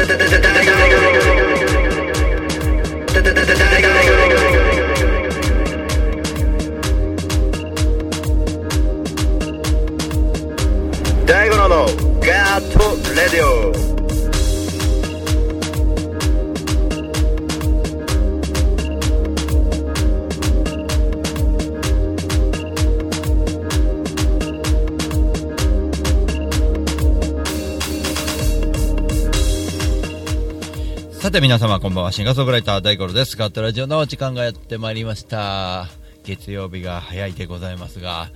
大五郎のガーットレディオ。 さて皆様こんばんは、シンガーソングライター大五郎です。ガットラジオの時間がやってまいりました。月曜日が早いでございますが、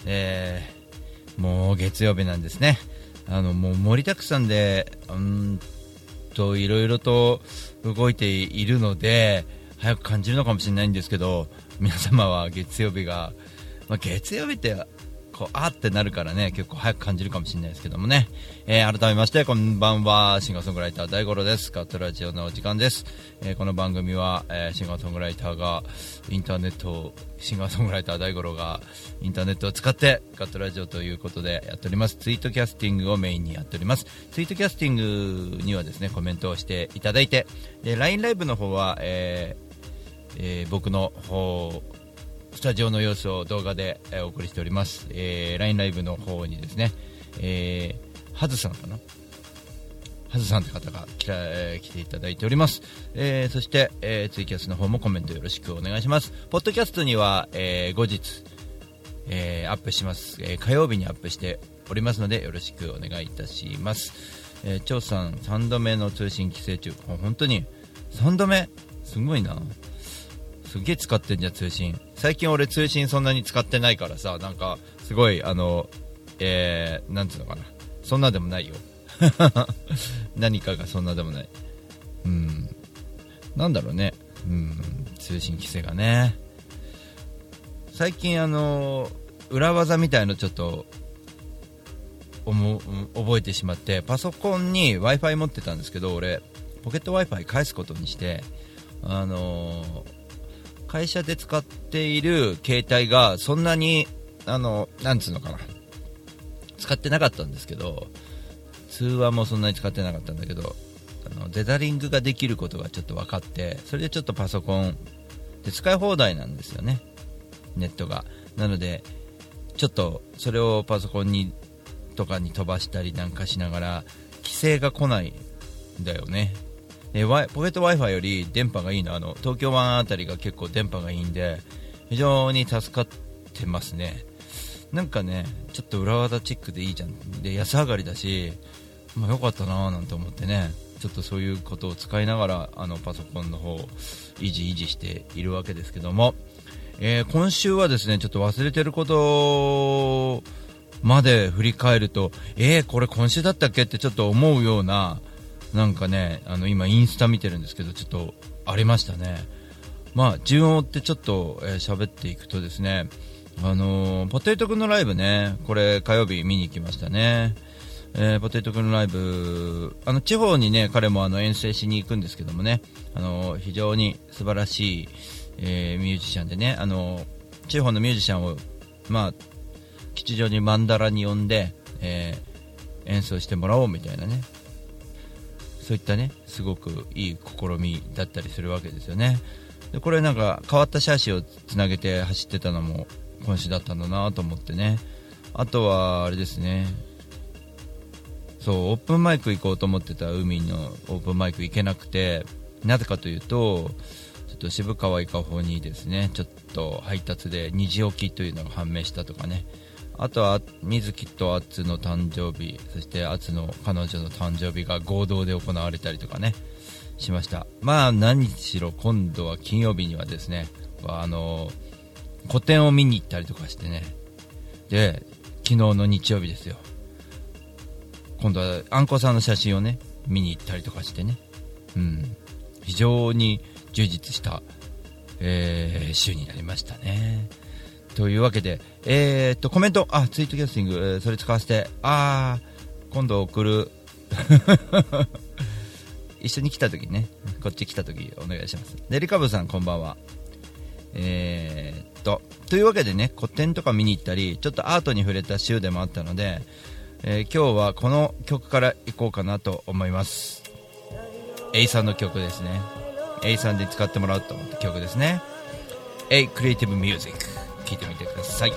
もう月曜日なんですね。もう盛りだくさんでいろいろと動いているので早く感じるのかもしれないんですけど、皆様は月曜日が、月曜日ってこうあってなるからね、結構早く感じるかもしれないですけどもね、改めましてこんばんは、シンガーソングライター大五郎です。ガットラジオの時間です。この番組は、シンガーソングライターがインターネットをシンガーソングライター大五郎がインターネットを使ってガットラジオということでやっております。ツイートキャスティングをメインにやっております。ツイートキャスティングにはですねコメントをしていただいて、で LINE ライブの方は、僕の方スタジオの様子を動画でお送りしております。LINE ライブの方にですね、ハズさんかな、ハズさんという方が来ていただいております。そして、ツイキャスの方もコメントよろしくお願いします。ポッドキャストには、後日、アップします。火曜日にアップしておりますのでよろしくお願いいたします。張さん3度目の通信規制中。本当に3度目すごいな。すげえ使ってんじゃん通信。最近俺通信そんなに使ってないからさ、なんかすごいなんていうのかな、そんなでもないよ何かがそんなでもない。なんだろうね、通信規制がね、最近裏技みたいのちょっと覚えてしまって、パソコンに Wi-Fi 持ってたんですけど、俺ポケット Wi-Fi 返すことにして、会社で使っている携帯がそんなになんつうのかな、使ってなかったんですけど、通話もそんなに使ってなかったんだけど、デザリングができることがちょっと分かって、それでちょっとパソコンで使い放題なんですよね、ネットが。なのでちょっとそれをパソコンにとかに飛ばしたりなんかしながら規制が来ないんだよね。ポケット Wi-Fi より電波がいいの、東京湾あたりが結構電波がいいんで非常に助かってますね。なんかね、ちょっと裏技チックでいいじゃん、で安上がりだし、良かったなーなんて思ってね、ちょっとそういうことを使いながらパソコンの方を維持しているわけですけども、今週はですねちょっと忘れてることまで振り返ると、これ今週だったっけってちょっと思うような、なんかね、今インスタ見てるんですけどちょっとありましたね。順を追ってちょっと喋っていくとですね、ポテト君のライブね、これ火曜日見に行きましたね。ポテト君のライブ、地方にね彼も遠征しに行くんですけどもね、非常に素晴らしい、ミュージシャンでね、地方のミュージシャンを吉祥寺マンダラに呼んで、演奏してもらおうみたいなね、そういったねすごくいい試みだったりするわけですよね。でこれなんか変わったシャーシをつなげて走ってたのも今週だったんだなと思ってね。あとはあれですね、そうオープンマイク行こうと思ってた海のオープンマイク行けなくて、なぜかというとちょっと渋川伊香保にですねちょっと配達で2時起きというのが判明したとかね。あとは水木とアツの誕生日、そしてアツの彼女の誕生日が合同で行われたりとかねしました。何しろ今度は金曜日にはですね個展を見に行ったりとかしてね、で昨日の日曜日ですよ、今度はあんこさんの写真をね見に行ったりとかしてね、非常に充実した、週になりましたね。というわけで、コメント、ツイートキャスティング、それ使わせて、今度送る一緒に来た時ね、こっち来た時お願いします。デリカブさんこんばんは。というわけでね、個展とか見に行ったりちょっとアートに触れた週でもあったので、今日はこの曲からいこうかなと思います。 A さんの曲ですね。 A さんで使ってもらおうと思った曲ですね。 A Creative Music 聴いてみてください。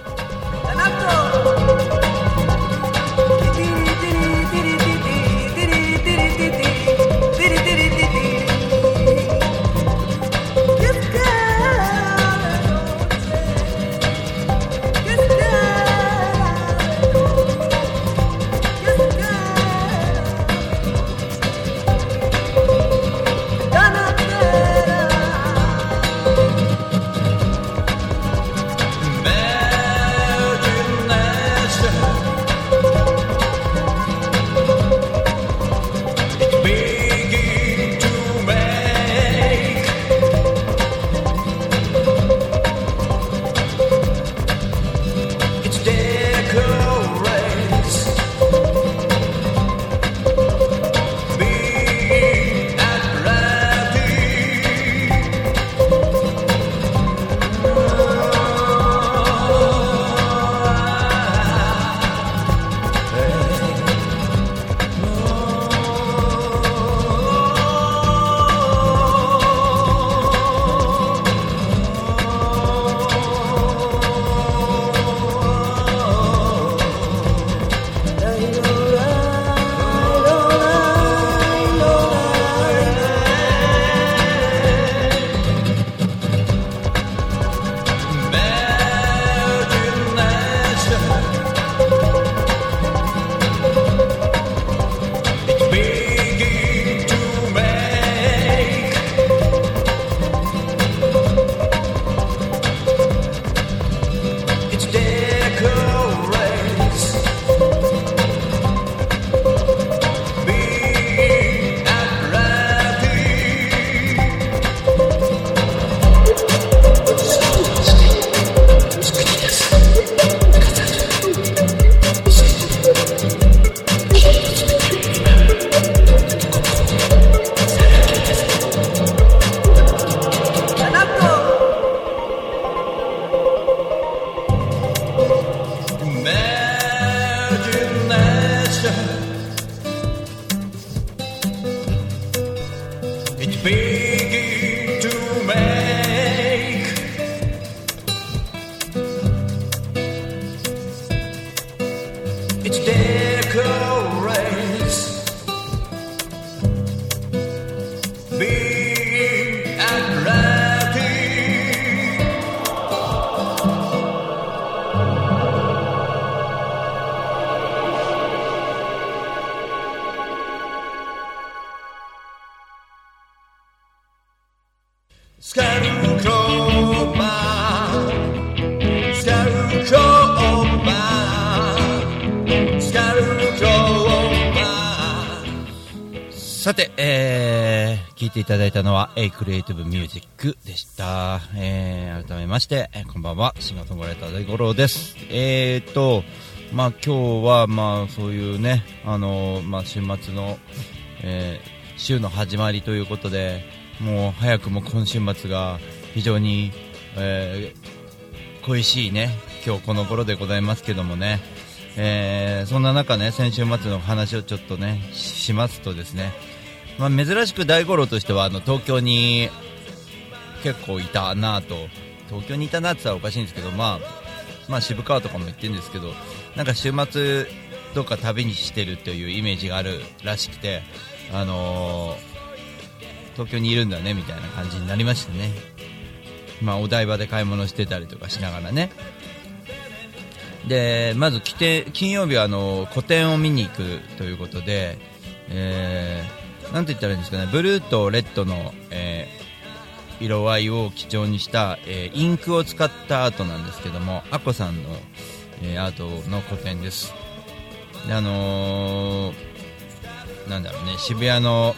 スカルクローバー、スカルクローバー、スカルクローバー。さて、聞いていただいたのは A Creative Music でした。改めまして、こんばんは、シンガーソングライター大五郎です。今日はそういうね、週末の、週の始まりということで、もう早くも今週末が非常に、恋しいね今日この頃でございますけどもね、そんな中ね、先週末の話をちょっとね しますとですね、珍しく大五郎としては東京に結構いたなと、東京にいたなって言ったらおかしいんですけど、渋川とかも行ってるんですけど、なんか週末どっか旅にしてるというイメージがあるらしくて、東京にいるんだねみたいな感じになりましたね。お台場で買い物してたりとかしながらね。でまず金曜日は個展を見に行くということで、なんて言ったらいいんですかね、ブルーとレッドの、色合いを基調にした、インクを使ったアートなんですけども、アコさんの、アートの個展です。でなんだろうね、渋谷の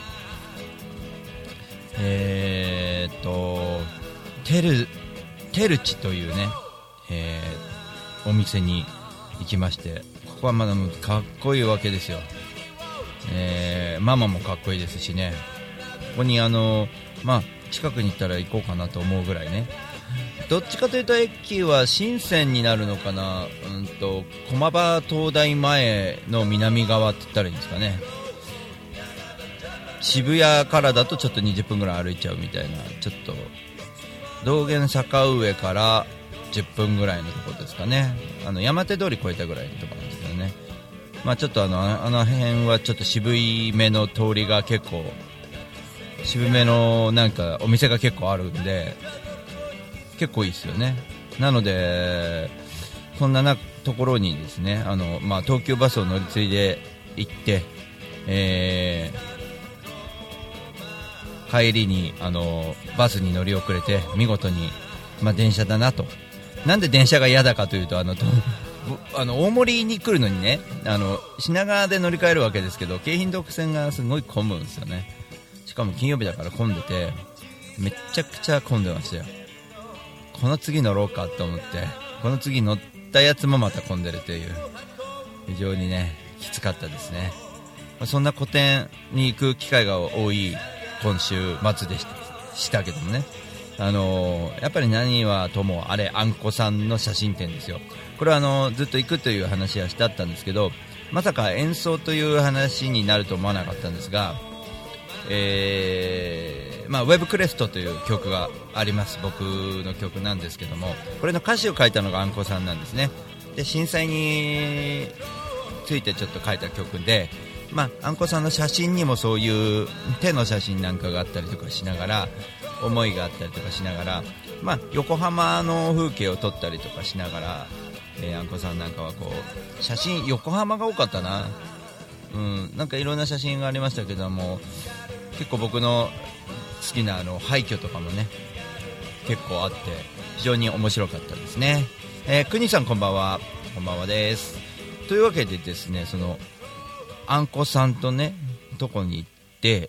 テルチというね、お店に行きまして、ここはまだかっこいいわけですよ。ママもかっこいいですしね、ここに近くに行ったら行こうかなと思うぐらいね。どっちかというと駅は深センになるのかな、駒場東大前の南側って言ったらいいんですかね。 渋谷からだとちょっと20分ぐらい歩いちゃうみたいな、ちょっと道玄坂上から10分ぐらいのところですかね。山手通り越えたぐらいのところなんですけどね。まあ、ちょっとあの辺はちょっと渋い目の通りが結構、渋めのなんかお店が結構あるんで結構いいですよね。なのでそんなところにですね、まあ、東急バスを乗り継いで行って、帰りにバスに乗り遅れて見事に、まあ、電車だなと。なんで電車が嫌だかというと、大森に来るのにね、品川で乗り換えるわけですけど、京浜東北線がすごい混むんですよね。しかも金曜日だから混んでて、めっちゃくちゃ混んでましたよ。この次乗ろうかと思って、この次乗ったやつもまた混んでるという、非常にねきつかったですね。そんな個展に行く機会が多い今週末でしたけどもね、やっぱり何はともあれあんこさんの写真展ですよ。これはずっと行くという話はしてあったんですけど、まさか演奏という話になると思わなかったんですが、まあ、ウェブクレストという曲があります。僕の曲なんですけども、これの歌詞を書いたのがあんこさんなんですね。で、震災についてちょっと書いた曲で、まあ、あんこさんの写真にもそういう手の写真なんかがあったりとかしながら、思いがあったりとかしながら、まあ、横浜の風景を撮ったりとかしながら、あんこさんなんかはこう写真、横浜が多かったな、なんかいろんな写真がありましたけども、結構僕の好きな廃墟とかもね結構あって非常に面白かったですね。くにさんこんばんは。こんばんはです。というわけでですね、そのあんこさんとねとこに行って、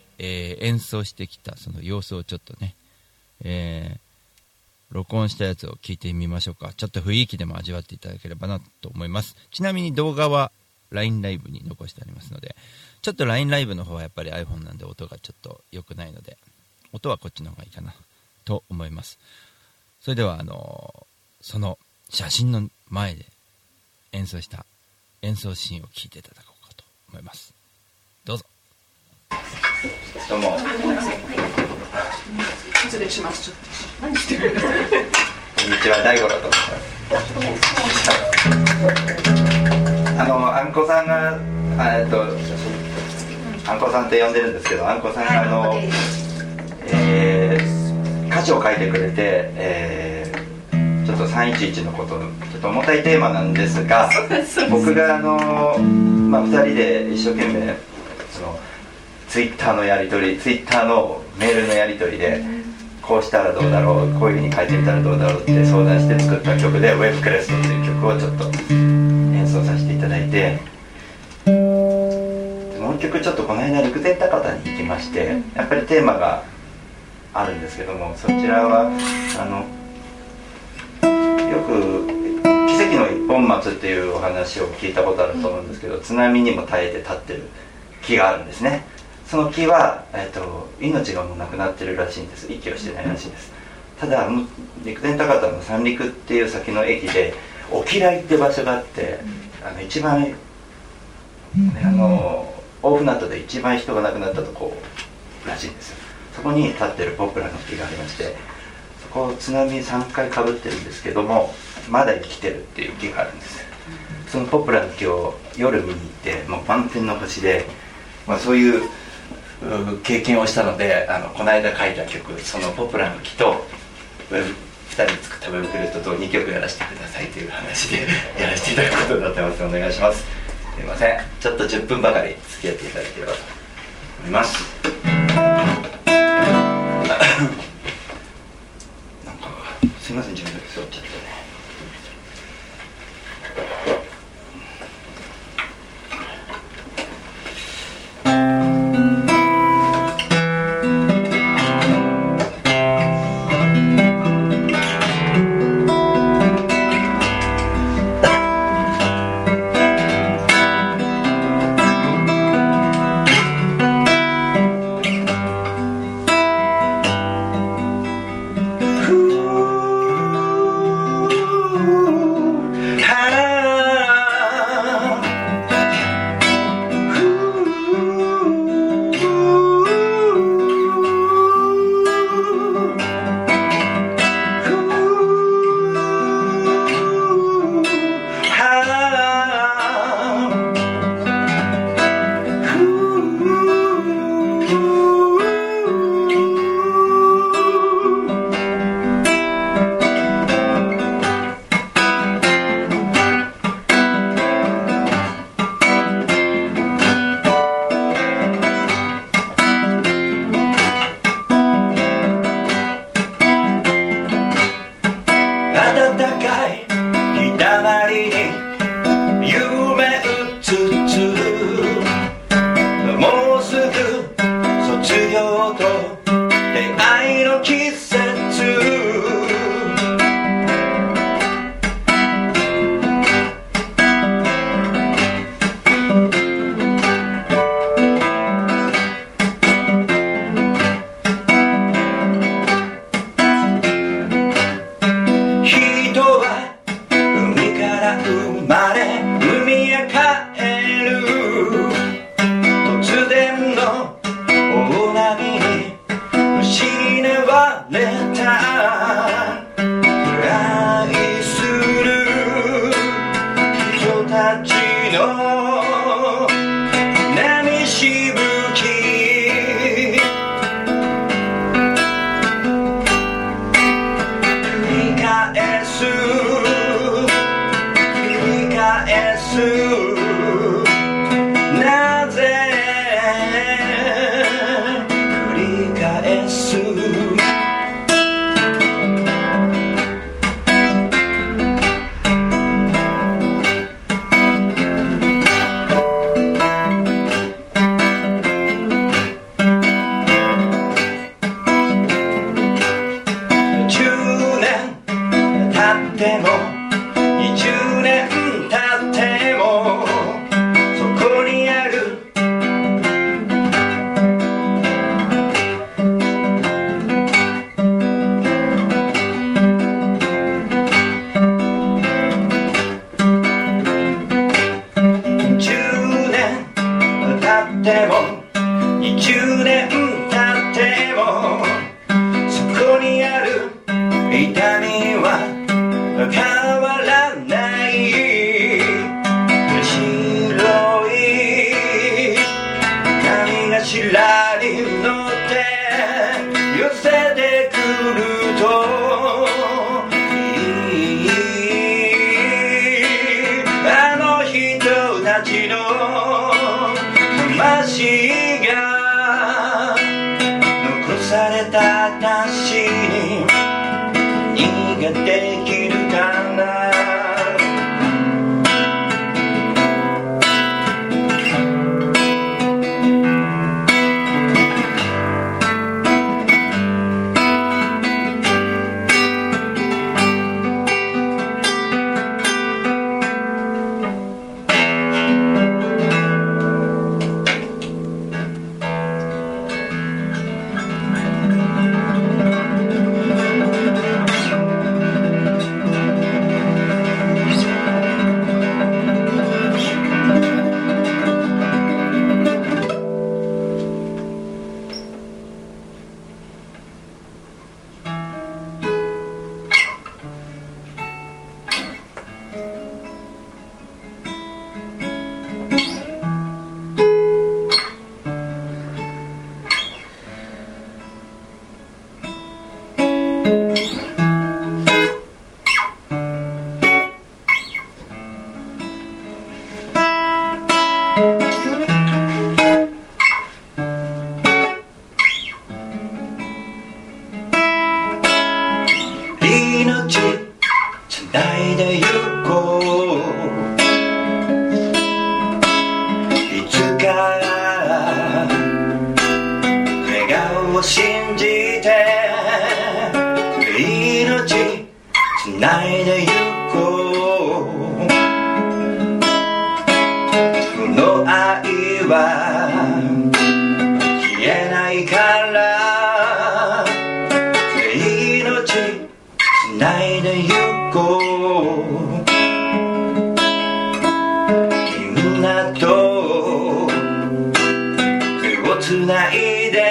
演奏してきたその様子をちょっとね、録音したやつを聞いてみましょうか。ちょっと雰囲気でも味わっていただければなと思います。ちなみに動画は LINE ライブに残してありますので、ちょっと LINE ライブの方はやっぱり iPhone なんで音がちょっと良くないので、音はこっちの方がいいかなと思います。それではその写真の前で演奏した演奏シーンを聞いていただこうかと思います。どうぞ。どうも。 失礼します。ちょっと何してるんですか。 こんにちは、大五郎とあんこさんがあんこさんって呼んでるんですけど、あんこさんが歌詞を書いてくれて、ちょっと311のことちょっと重たいテーマなんですが、僕がまあ、2人で一生懸命そのツイッターのやり取り、ツイッターのメールのやり取りで、こうしたらどうだろう、こういう風に書いてみたらどうだろうって相談して作った曲で、ウェブクレストっていう曲をちょっと演奏させていただいて、もう一曲ちょっとこの間陸前高田に行きまして、やっぱりテーマがあるんですけども、そちらはよく奇跡の一本松っていうお話を聞いたことあると思うんですけど、津波にも耐えて立ってる木があるんですね。その木は、命がもうなくなってるらしいんです。息をしてないらしいです。ただ陸前高田の三陸っていう先の駅で沖来って場所があって、一番、大船渡で一番人が亡くなったとこらしいんですよ。そこに立ってるポプラの木がありまして、そこ津波3回かぶってるんですけども、まだ生きてるっていう木があるんです。そのポプラの木を夜見に行って、もう満天の星で、まあ、そういう経験をしたので、この間書いた曲、そのポプラの木と2人で作ったウェブクレストと2曲やらせてくださいという話でやらせていただくことになってます。お願いします。すいません、ちょっと10分ばかり付き合っていただければと思います。なんかすいません、自分だけ座っちゃってね。 を信じて命つないでゆこう。この愛は消えないから命つないでゆこう。みんなと手をつないで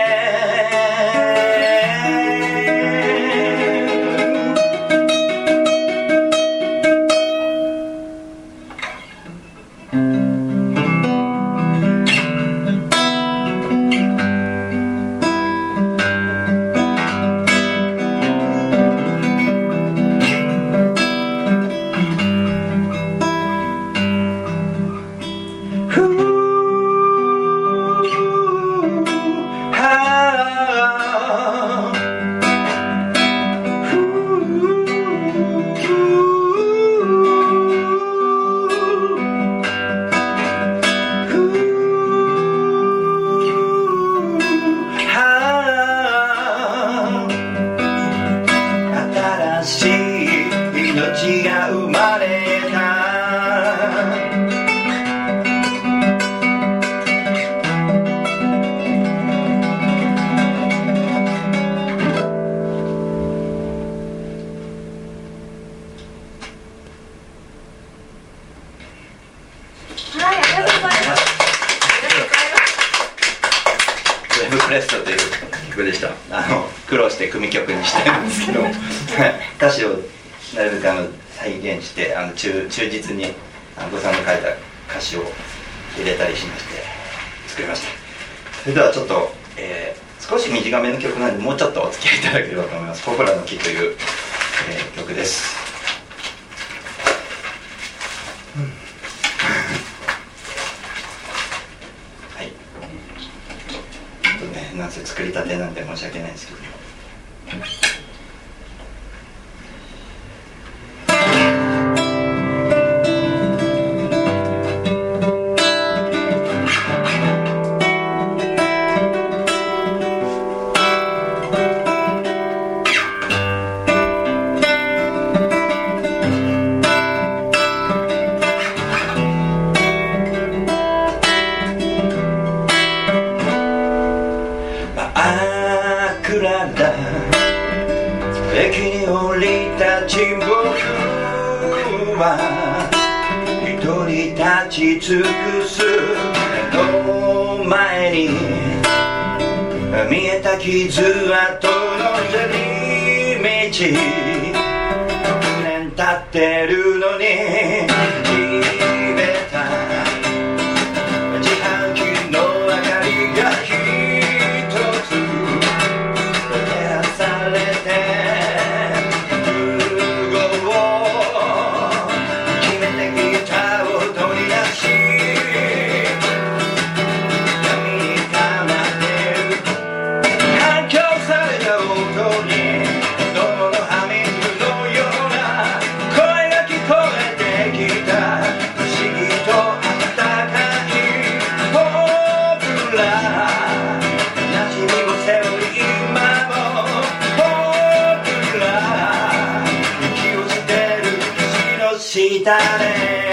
苦労して組曲にしてるんですけど歌詞をなるべく再現して忠実に安藤さんの書いた歌詞を入れたりしまして作りました。それではちょっと、少し短めの曲なのでもうちょっとお付き合いいただければと思います。ポプラの木という、曲です。はい、ちょっとね、なんせ作りたてなんで申し訳ないんですけど、駅に降りたち僕は一人立ち尽くす目の前に見えた傷跡の砂利道6年経ってるのに決めた自販機の明かりが一つ照らされてだね。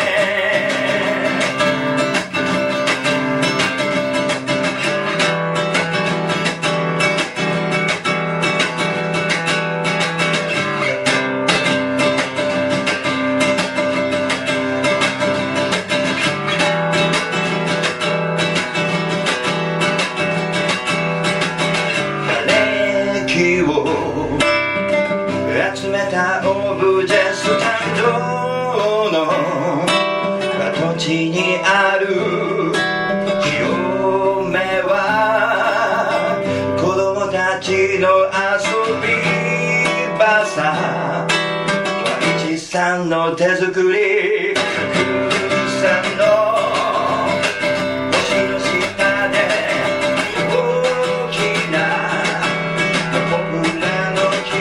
枯れ木を集めたオブジェスタンド跡地にある清めは子供たちの遊び場さ。一さんの手作りたくさんの星の下で大きなポプラの木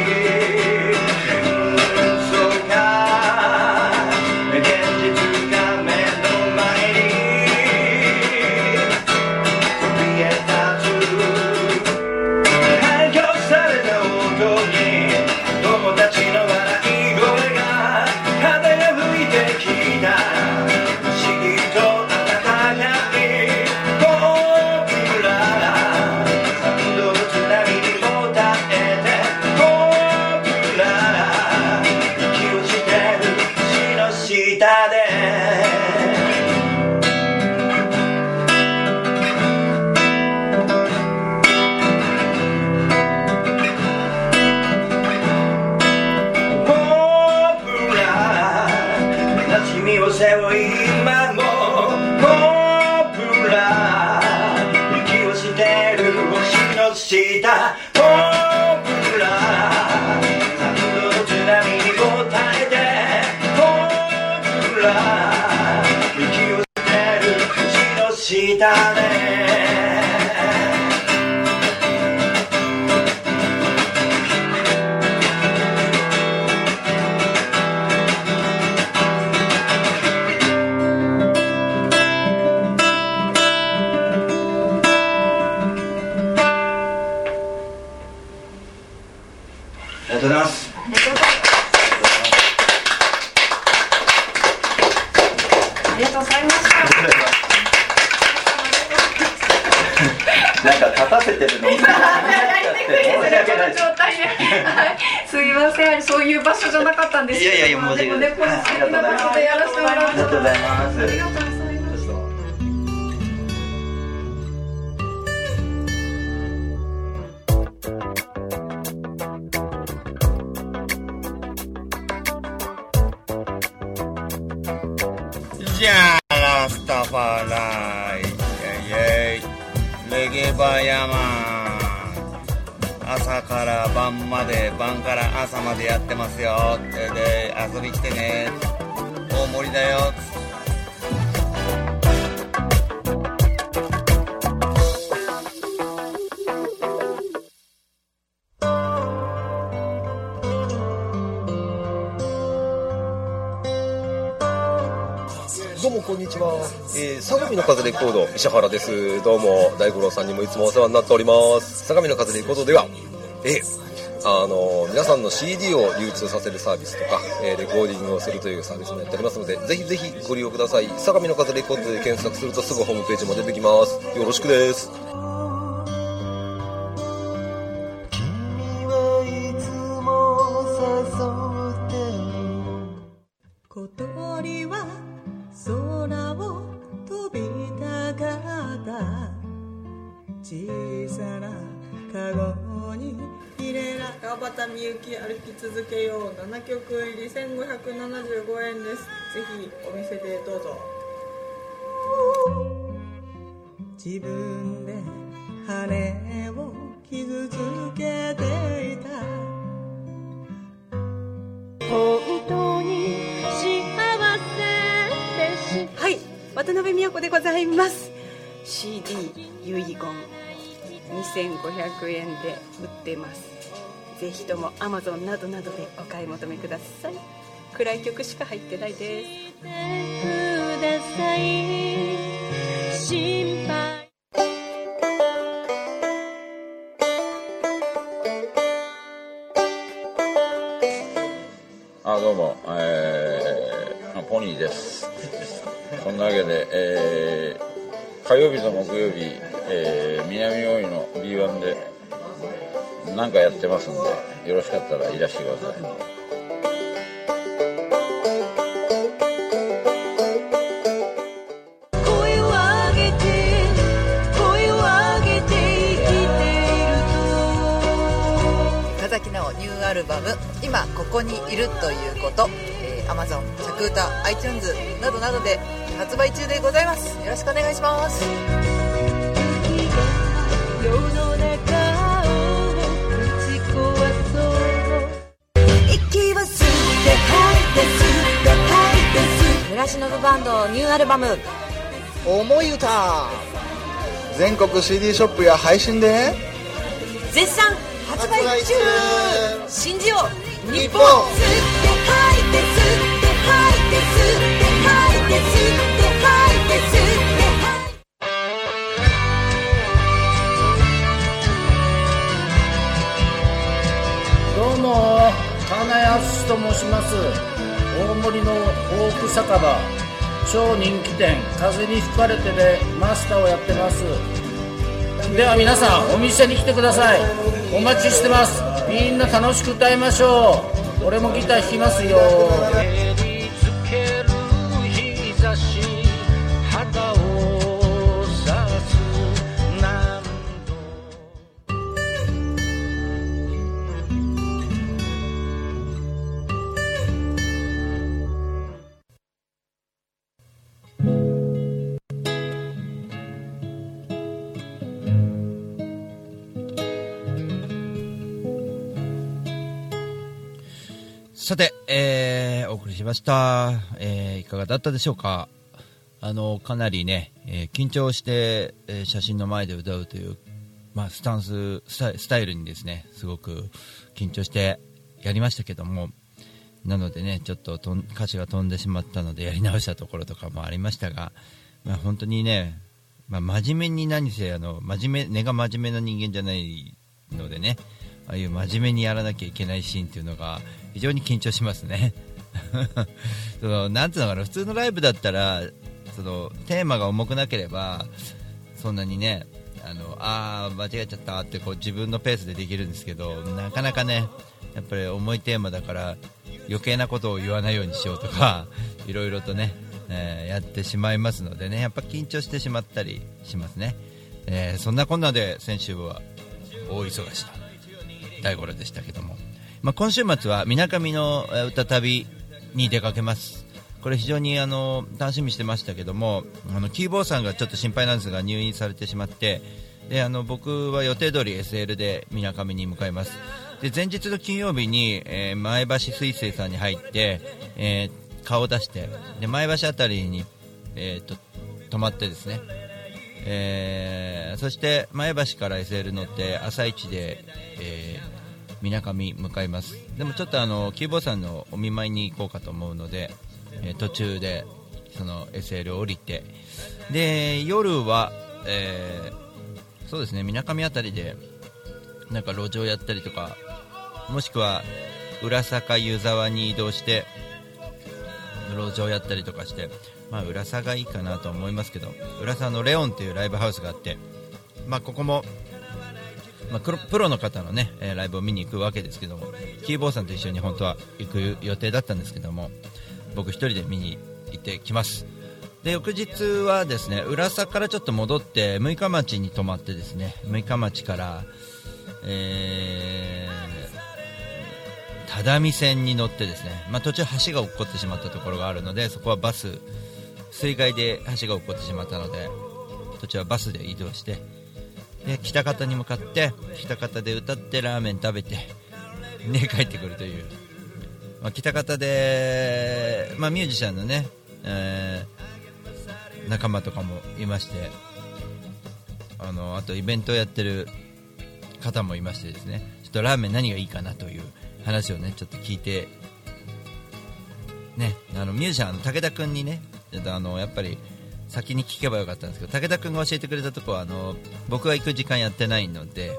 の下僕ら三度の津波に応えて僕ら息を捨てる地の下でありがとうございます。 ありがとうございました。 なんか立たせてるの。申し訳ないです。 すいません、そういう場所じゃなかったんですけど。 いやもうでもね、この素敵な場所でやらせてもらいました。 ありがとうございます。 ありがとうございます。 じゃあラスタファライイエイイレゲバヤマン朝から晩まで晩から朝までやってますよで遊び来てね大盛りだよどうもこんにちは、相模の風レコード石原です。どうも大五郎さんにもいつもお世話になっております。相模の風レコードでは、皆さんの CD を流通させるサービスとか、レコーディングをするというサービスもやっておりますので、ぜひぜひご利用ください。相模の風レコードで検索するとすぐホームページも出てきます。よろしくです。 小鳥は空を飛びたかった小さなカゴに入れら川端美幸歩き続けよう7曲入り1575円です。ぜひお店でどうぞ。自分で羽を傷つけていた本当にはい、渡辺美代子でございます。 CD 遺言2500円で売ってます。ぜひとも Amazon などなどでお買い求めください。暗い曲しか入ってないです。ください心配どうも、ポニーです。そんなわけで、火曜日と木曜日、南大井の B1 で何かやってますんで、よろしかったらいらしてください。 ニューアルバム今ここにいるということ、Amazon、着歌、iTunes などなどで発売中でございます。よろしくお願いします。村忍バンドニューアルバム思い歌全国 CD ショップや配信で絶賛発売中。信じよう日本。 どうも金安と申します。大森の大奥酒場超人気店風に吹かれてでマスターをやってます。では皆さんお店に来てください。お待ちしてます。みんな楽しく歌いましょう。俺もギター弾きますよ。照りつける日差し肌を刺す何度さて、お送りしました、いかがだったでしょうか。かなりね、緊張して、写真の前で歌うという、スタイルにですね、すごく緊張してやりましたけども、なのでね、ちょっと歌詞が飛んでしまったのでやり直したところとかもありましたが、本当にね、真面目に何せ根が真面目な人間じゃないのでね、ああいう真面目にやらなきゃいけないシーンっていうのが非常に緊張しますねなんていうのかな、普通のライブだったらテーマが重くなければそんなにね、間違えちゃったってこう自分のペースでできるんですけど、なかなかね、やっぱり重いテーマだから余計なことを言わないようにしようとかいろいろとね、やってしまいますのでね、やっぱ緊張してしまったりしますね。そんなこんなで先週は大忙しと大五郎でしたけども、今週末はみなかみの歌旅に出かけます。これ非常に楽しみにしてましたけども、キーボーさんがちょっと心配なんですが入院されてしまって、で僕は予定通り SL でみなかみに向かいます。で前日の金曜日に、前橋水星さんに入って、顔を出してで前橋あたりに、泊まってですね、そして前橋から SL 乗って朝一で、みなかみ向かいます。でもちょっとキーボーさんのお見舞いに行こうかと思うので、途中でその SL を降りて、で夜は、そうですね、みなかみあたりでなんか路上やったりとか、もしくは浦坂湯沢に移動して路上やったりとかして、浦沢がいいかなと思いますけど、浦沢のレオンというライブハウスがあって、ここも、プロの方のね、ライブを見に行くわけですけども、キーボーさんと一緒に本当は行く予定だったんですけども、僕一人で見に行ってきます。で翌日はですね、浦沢からちょっと戻って六日町に泊まってですね、六日町から只見線に乗ってですね、途中橋が落っこってしまったところがあるので、そこは水害で橋が落っこってしまったので途中はバスで移動して、で北方に向かって北方で歌ってラーメン食べてで帰ってくるという、北方で、ミュージシャンのね、仲間とかもいまして、あとイベントをやってる方もいましてですね、ちょっとラーメン何がいいかなという話をねちょっと聞いてね、ミュージシャン武田君にね、ちょっとやっぱり先に聞けばよかったんですけど、武田君が教えてくれたとこは僕が行く時間やってないので、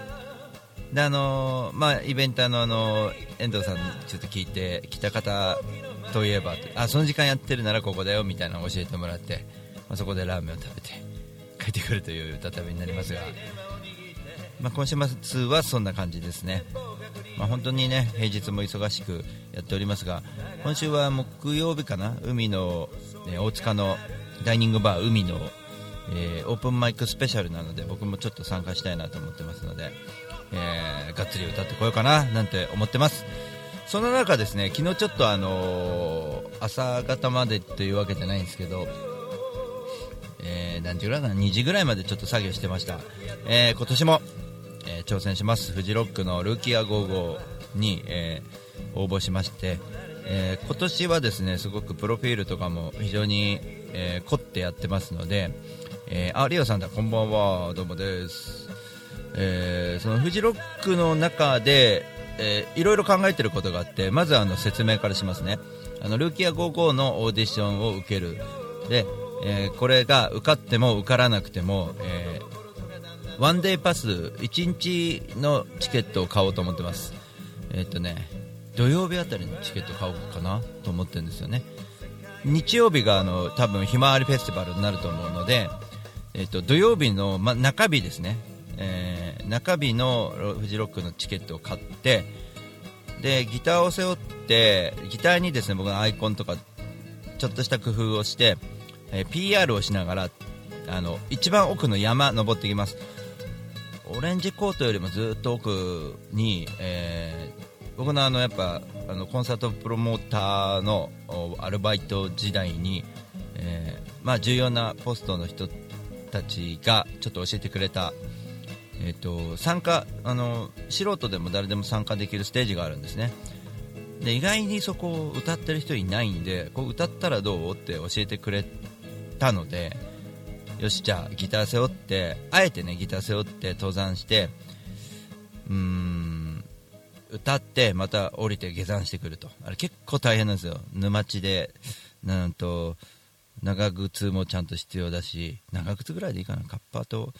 イベンターの遠藤さんにちょっと聞いて、北方といえばその時間やってるならここだよみたいなのを教えてもらって、そこでラーメンを食べて帰ってくるという歌旅になりますが、今週末はそんな感じですね。本当にね平日も忙しくやっておりますが、今週は木曜日かな、海の、大塚のダイニングバー海の、オープンマイクスペシャルなので、僕もちょっと参加したいなと思ってますので、がっつり歌ってこようかななんて思ってます。その中ですね、昨日ちょっと朝方までというわけじゃないんですけど、何時ぐらいかな、2時ぐらいまでちょっと作業してました。今年も、挑戦します。フジロックのルーキーア55に、応募しまして、今年はですねすごくプロフィールとかも非常に、凝ってやってますので、リオさんだ、こんばんは、どうもです。そのフジロックの中で、いろいろ考えてることがあって、まず説明からしますね。ルーキーア55のオーディションを受ける。で、これが受かっても受からなくても、ワンデーパス1日のチケットを買おうと思ってます。土曜日あたりのチケット買おうかなと思ってるんですよね。日曜日が多分ひまわりフェスティバルになると思うので、土曜日の、中日ですね、中日のフジロックのチケットを買って、でギターを背負って、ギターにですね僕のアイコンとかちょっとした工夫をして、PR をしながら一番奥の山登っていきます。オレンジコートよりもずっと奥に、僕のやっぱコンサートプロモーターのアルバイト時代に、重要なポストの人たちがちょっと教えてくれた、参加素人でも誰でも参加できるステージがあるんですね。 で意外にそこを歌ってる人いないんで、こう歌ったらどうって教えてくれたので、よしじゃあギター背負って、あえてねギター背負って登山して、歌ってまた降りて下山してくると。あれ結構大変なんですよ。沼地でなんと長靴もちゃんと必要だし、長靴ぐらいでいいかな、カッパと、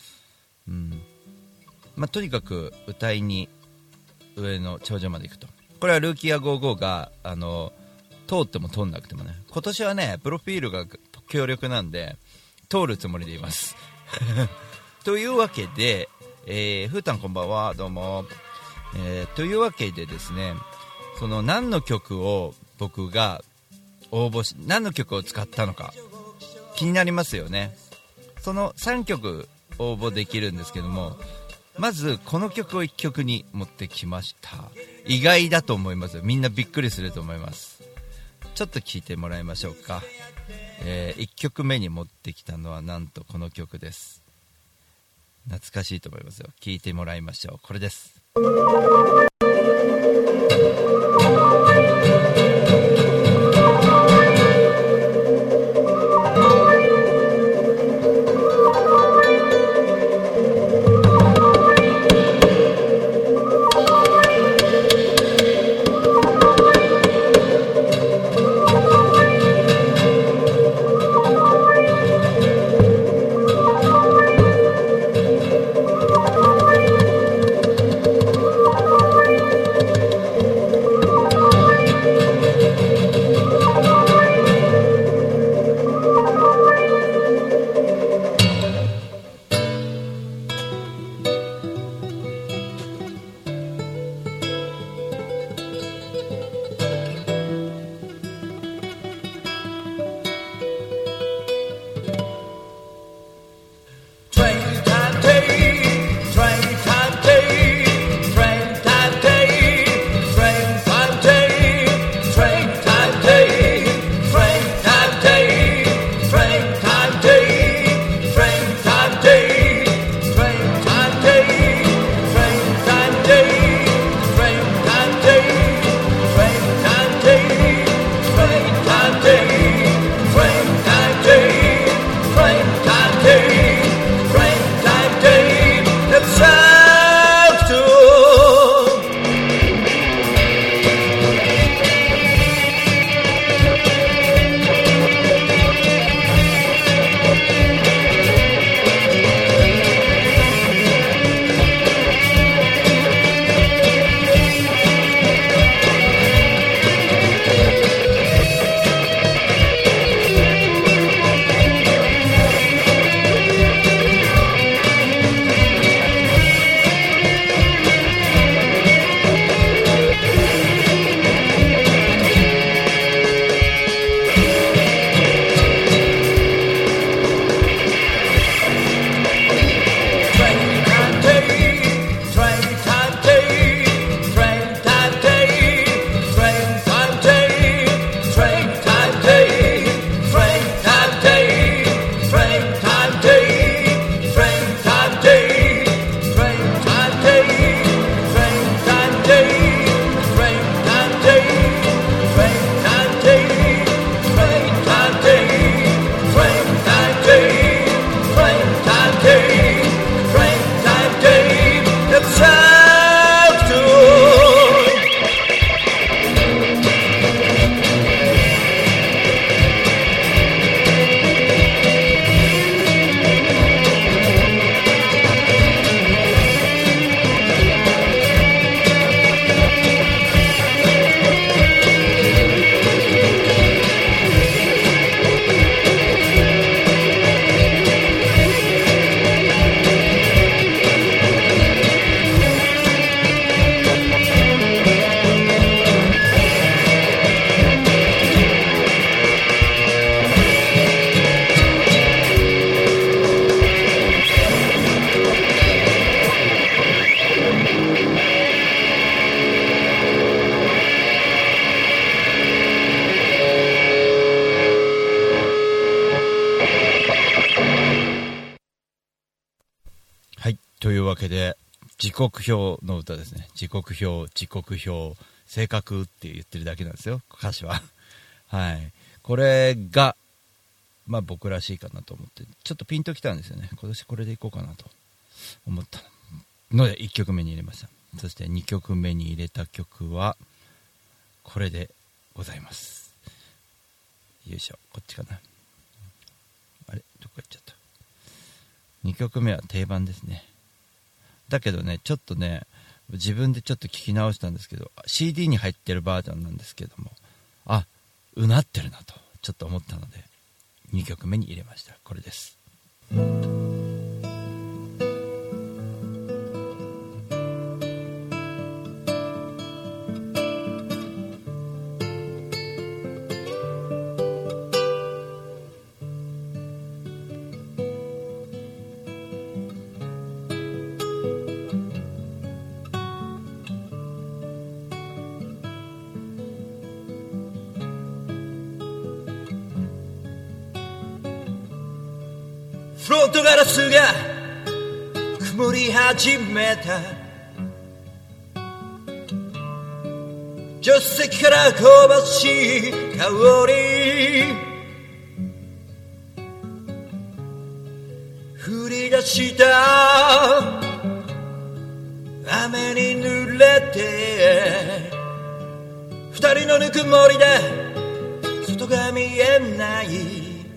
とにかく歌いに上の頂上まで行くと。これはルーキーア55が通っても通んなくてもね、今年はねプロフィールが強力なんで通るつもりでいますというわけで、ふーたんこんばんは、どうも。というわけでですね、その何の曲を僕が応募し、何の曲を使ったのか気になりますよね。その3曲応募できるんですけども、まずこの曲を1曲に持ってきました。意外だと思いますよ。みんなびっくりすると思います。ちょっと聴いてもらいましょうか。1曲目に持ってきたのはなんとこの曲です。懐かしいと思いますよ。聴いてもらいましょう。これです。というわけで時刻表の歌ですね。時刻表性格って言ってるだけなんですよ、歌詞は。はい。これが、まあ僕らしいかなと思って、ちょっとピンときたんですよね。今年これでいこうかなと思ったので、1曲目に入れました。そして2曲目に入れた曲は、これでございます。よいしょ、こっちかな。あれ、どこ行っちゃった。2曲目は定番ですね。だけどね、ちょっとね、自分でちょっと聞き直したんですけど、 CD に入ってるバージョンなんですけども、あ、うなってるなとちょっと思ったので2曲目に入れました。これです。 フロントガラスが曇り始めた、助手席から香ばしい香り、降り出した雨に濡れて、二人のぬくもりで外が見えない、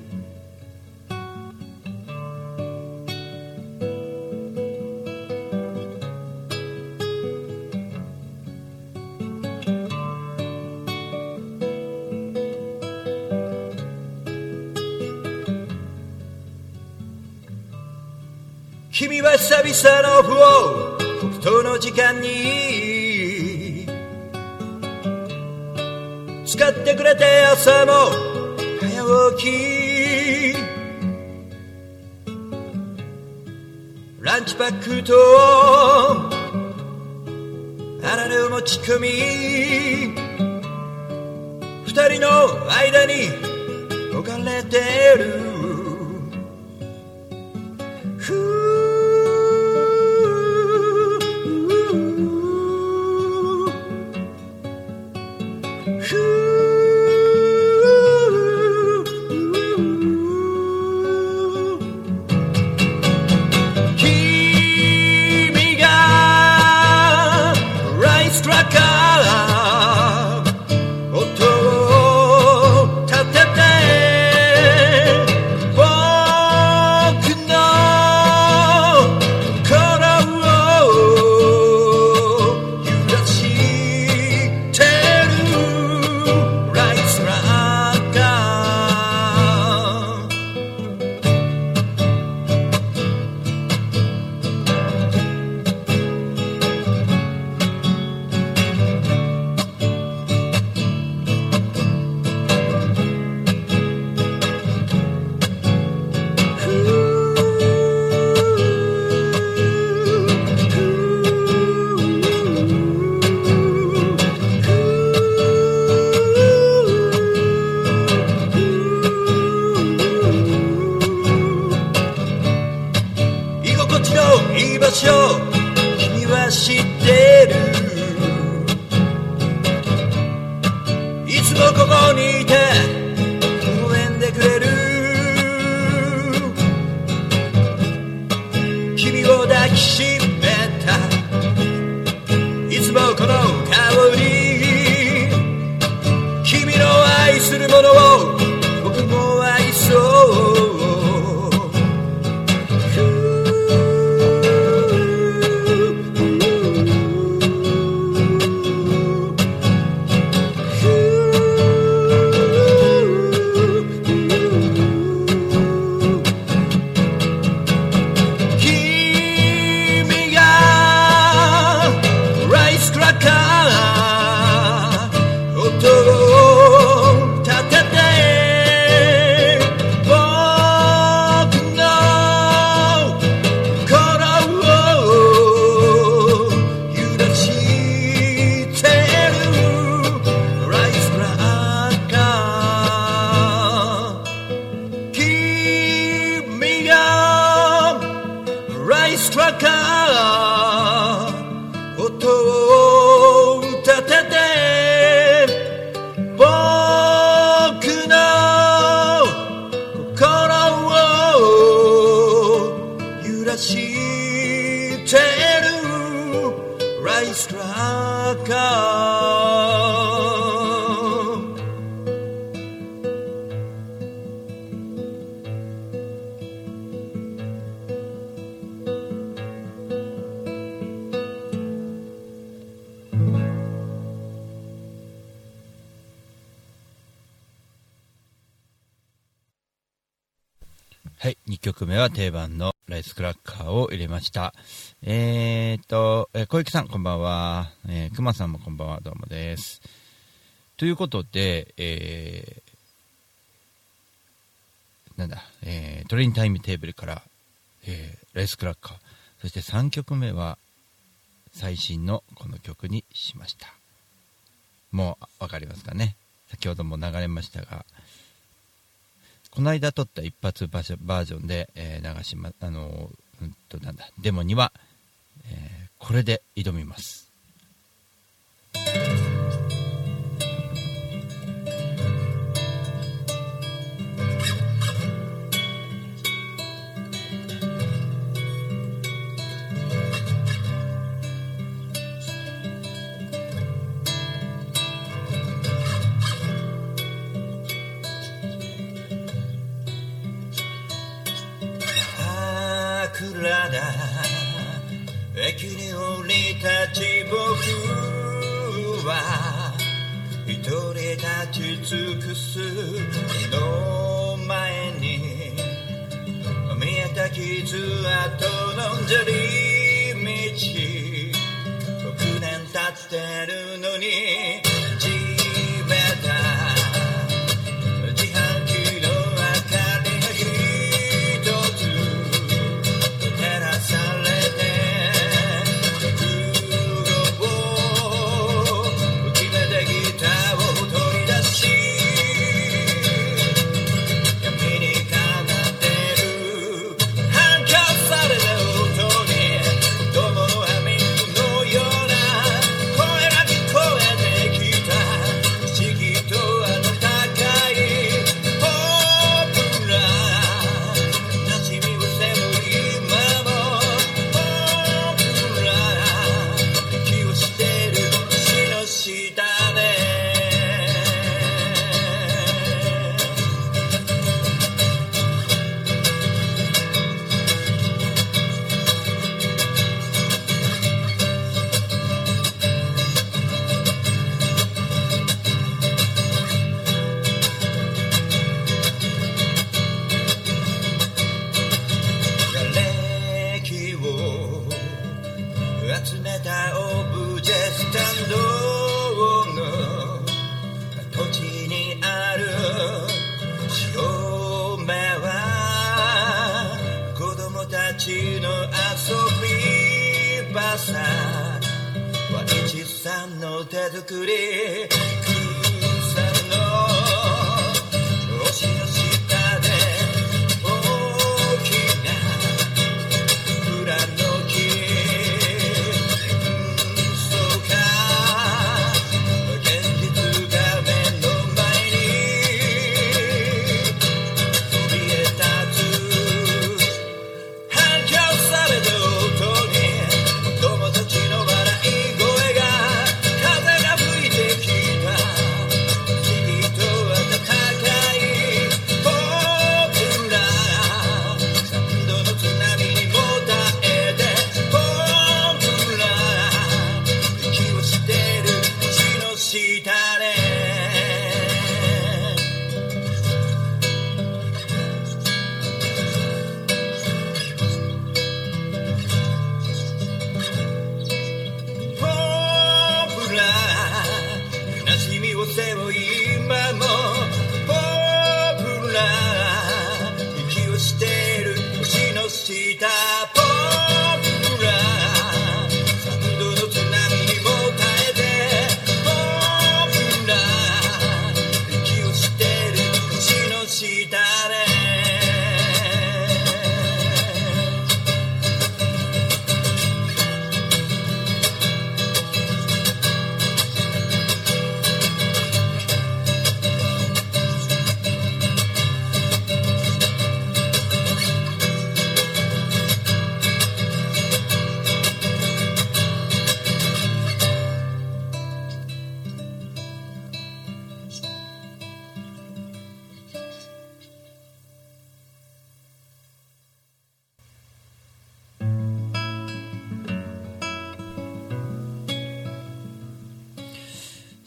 君は久々のオフを僕との時間に使ってくれて、朝も早起き、ランチパックとあられを持ち込み、二人の間に置かれてる、 スクラッカーはい、2曲目は定番のライスクラッカーを入れました。小池さんこんばんは。くまさんもこんばんは、どうもです。ということで、トレインタイムテーブルから、ライスクラッカー、そして3曲目は最新のこの曲にしました。もうわかりますかね。先ほども流れましたが、この間撮った一発バージョンで、流しま、デモには、これで挑みます。 桜だ駅に降り立ち僕は一人立ち尽くす目の前に見えた傷跡の砂利道6年経ってるのに地べた自販機の明かりが一つ照らされて空を決めてギターを取り出し闇に奏でる反響された音に子供のハミングのような声が聞こえてきた不思議と温かいポップな馴染み伏せる今も僕ら息をしてる星の下で瓦礫を集めたオブジェスタンドの土地にある潮目は子供たちの遊び場さワニチさんの手作り草の星の下で大きな蔵の木そうか現実が目の前にそびえ立つ反響された音に子供たちの笑い声が風が吹いてきた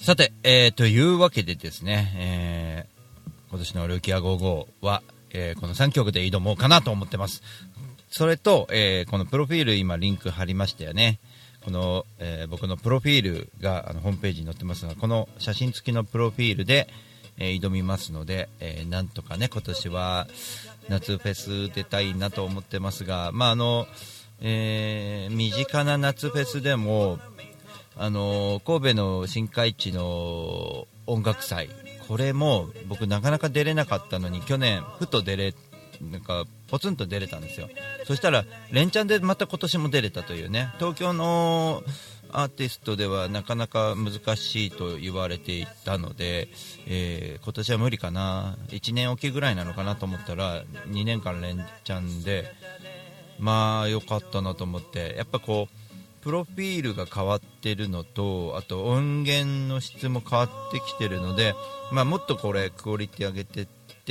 さて、というわけでですね、今年のルキア55は、この3曲で挑もうかなと思ってます。それと、このプロフィール今リンク貼りましたよね。この、僕のプロフィールがホームページに載ってますが、この写真付きのプロフィールで、挑みますので、なんとかね今年は夏フェス出たいなと思ってますが、まあ身近な夏フェスでも神戸の新海地の音楽祭、これも僕なかなか出れなかったのに去年ふとなんかポツンと出れたんですよ。そしたら連チャンでまた今年も出れたというね、東京のアーティストではなかなか難しいと言われていたので、今年は無理かな、1年おきぐらいなのかなと思ったら2年間連チャンで、まあ良かったなと思って、やっぱこうプロフィールが変わってるのと、あと音源の質も変わってきてるので、まあ、もっとこれクオリティ上げてって、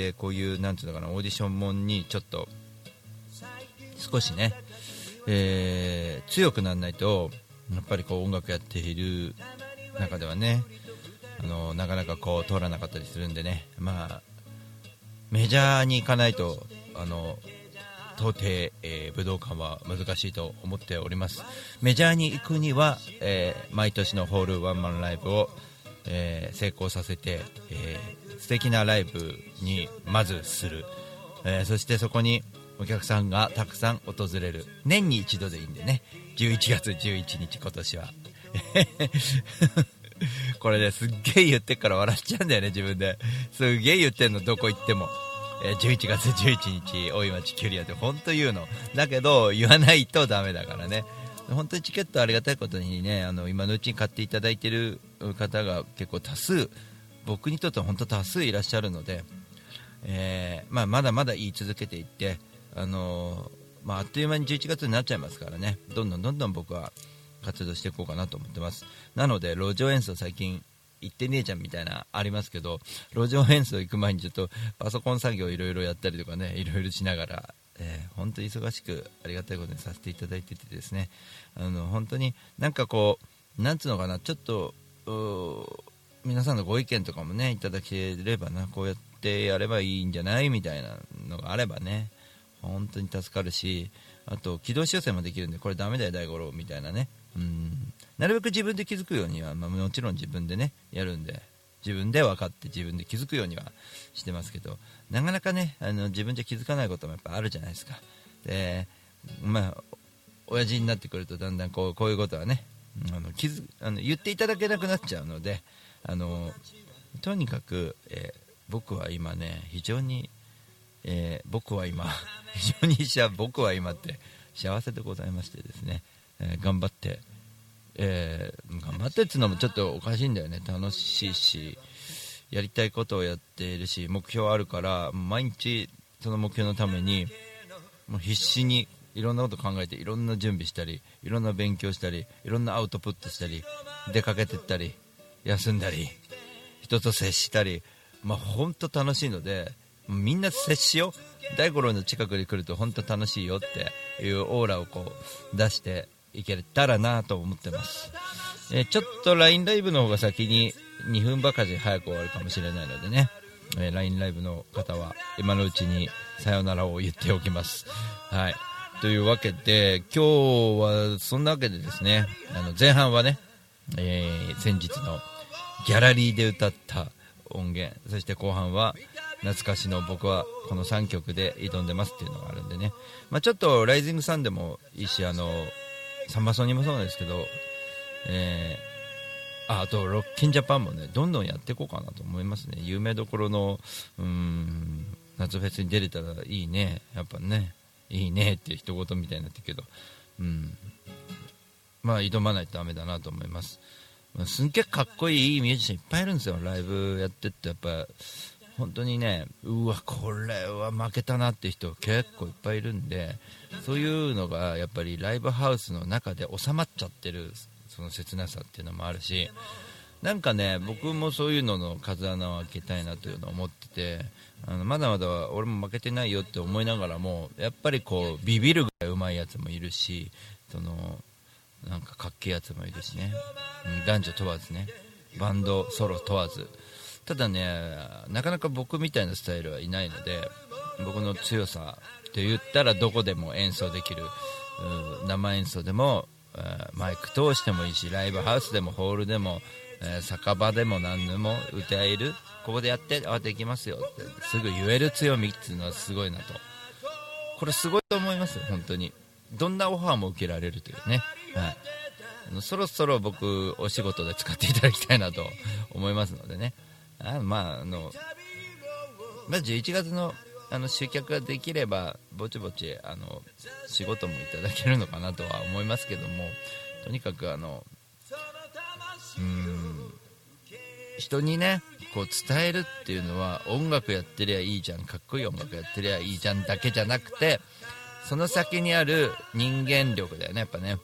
こういうなんていうのかな、オーディションもんにちょっと少しね、強くならないとやっぱりこう音楽やっている中ではね、なかなかこう通らなかったりするんでね、まあメジャーに行かないと到底、武道館は難しいと思っております。メジャーに行くには、毎年のホールワンマンライブを、成功させて、素敵なライブにまずする、そしてそこにお客さんがたくさん訪れる、年に一度でいいんでね、11月11日今年はこれですっげえ言ってっから笑っちゃうんだよね自分で。すっげえ言ってんの、どこ行っても11月11日大井町キュリアって本当言うのだけど、言わないとダメだからね。本当にチケットありがたいことにね、今のうちに買っていただいている方が結構多数、僕にとっては本当多数いらっしゃるので、まだまだ言い続けていって、あっという間に11月になっちゃいますからね、どんどん僕は活動していこうかなと思ってます。なので路上演奏最近行ってねえじゃんみたいなありますけど、路上演奏行く前にちょっとパソコン作業いろいろやったりとかね、いろいろしながら、本当に忙しくありがたいことにさせていただいててですね、本当になんかこうなんつうのかな、ちょっと皆さんのご意見とかもねいただければな、こうやってやればいいんじゃないみたいなのがあればね、本当に助かるし、あと軌道修正もできるんで、これダメだよ大五郎みたいなね、なるべく自分で気づくようには、もちろん自分でねやるんで、自分で分かって自分で気づくようにはしてますけど、なかなかね自分じゃ気づかないこともやっぱあるじゃないですか。で親父になってくるとだんだんこういうことはね言っていただけなくなっちゃうので、とにかく、僕は今ね非常に、僕は今って幸せでございましてですね、頑張ってっていうのもちょっとおかしいんだよね。楽しいしやりたいことをやっているし、目標あるから毎日その目標のためにもう必死にいろんなこと考えて、いろんな準備したり、いろんな勉強したり、いろんなアウトプットしたり、出かけてったり休んだり人と接したり、本当楽しいので、みんな接しよう、大五郎の近くに来ると本当楽しいよっていうオーラをこう出していけたらなと思ってます。ちょっと LINE ライブの方が先に2分ばかり早く終わるかもしれないのでね、LINE ライブの方は今のうちにさよならを言っておきます。はい、というわけで今日はそんなわけでですね、前半はね、先日のギャラリーで歌った音源、そして後半は懐かしの僕はこの3曲で挑んでますっていうのがあるんでね、ちょっとライジングサンでもいいし、サンバソニもそうなんですけど、あとロッキンジャパンもねどんどんやっていこうかなと思いますね。有名どころの夏フェスに出れたらいいね、やっぱねいいねって一言みたいになってるけど、挑まないとダメだなと思います。すんげえかっこいいミュージシャンいっぱいいるんですよ。ライブやってってやっぱ本当にね、うわこれは負けたなって人結構いっぱいいるんで、そういうのがやっぱりライブハウスの中で収まっちゃってるその切なさっていうのもあるし、なんかね僕もそういうのの風穴を開けたいなというのを思ってて、まだまだ俺も負けてないよって思いながらも、やっぱりこうビビるぐらいうまいやつもいるし、なんかかっけえやつもいるしね、男女問わずね、 バンドソロ問わず。ただね、なかなか僕みたいなスタイルはいないので、僕の強さと言ったらどこでも演奏できる、生演奏でもマイク通してもいいし、ライブハウスでもホールでも、酒場でも何でも歌える、ここでやってできますよってすぐ言える強みっていうのはすごいなと。これすごいと思いますよ、本当に。どんなオファーも受けられるというね、はい、そろそろ僕お仕事で使っていただきたいなと思いますのでね。まあ11月の集客ができればぼちぼち仕事もいただけるのかなとは思いますけども、とにかく人にねこう伝えるっていうのは、音楽やってりゃいいじゃん、かっこいい音楽やってりゃいいじゃんだけじゃなくて、その先にある人間力だよね、やっぱね。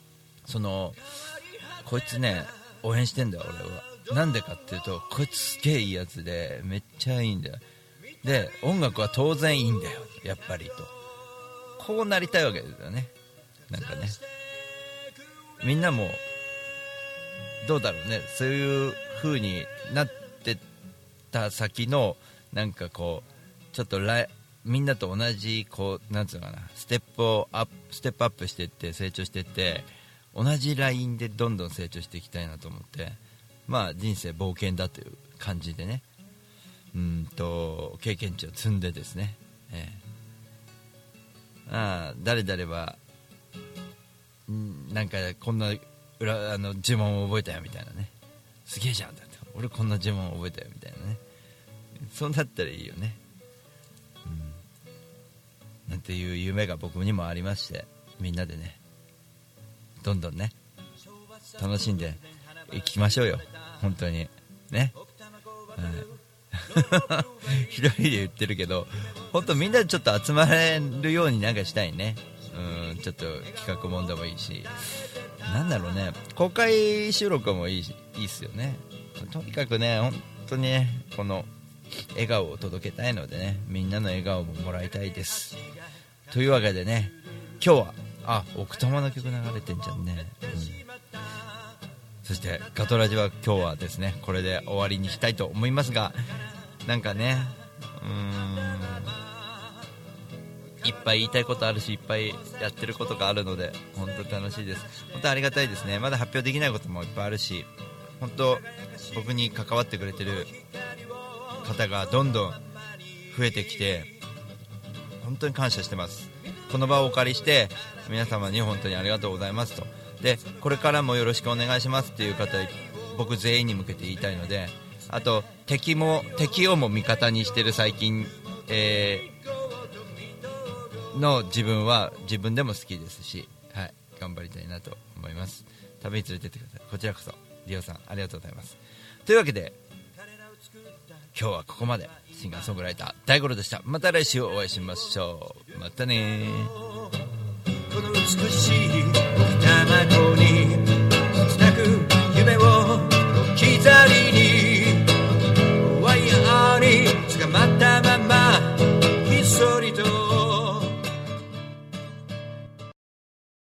こいつね応援してんだよ俺は。なんでかっていうと、こいつすげえいいやつでめっちゃいいんだよ。で音楽は当然いいんだよやっぱりと、こうなりたいわけですよね。なんかね、みんなもどうだろうね、そういう風になってた先のなんかこうちょっとみんなと同じこうなんつうのかな、ステップアップしていって成長していって、同じラインでどんどん成長していきたいなと思って、まあ人生冒険だという感じでね、経験値を積んでですね、誰々はなんかこんな呪文を覚えたよみたいなね、すげえじゃんだって、俺こんな呪文を覚えたよみたいなね、そうなったらいいよね、なんていう夢が僕にもありまして、みんなでねどんどんね楽しんでいきましょうよ本当にね、一人で言ってるけど、本当みんなでちょっと集まれるようになんかしたいね。ちょっと企画もんでもいいし、なんだろうね、公開収録もいいっすよね。とにかくね、本当にね、この笑顔を届けたいのでね、みんなの笑顔ももらいたいです。というわけでね、今日は奥多摩の曲流れてんじゃんね、そしてガトラジは今日はですねこれで終わりにしたいと思いますが、なんかねいっぱい言いたいことあるし、いっぱいやってることがあるので本当楽しいです。本当ありがたいですね。まだ発表できないこともいっぱいあるし、本当僕に関わってくれてる方がどんどん増えてきて本当に感謝してます。この場をお借りして皆様に本当にありがとうございますと、でこれからもよろしくお願いしますっていう方、僕全員に向けて言いたいので、あと敵をも味方にしてる最近、の自分は自分でも好きですし、はい、頑張りたいなと思います。旅に連れてってください。こちらこそリオさんありがとうございます。というわけで今日はここまで。シンガーソングライター大五郎でした。また来週お会いしましょう。またね。この美しい奥多摩湖に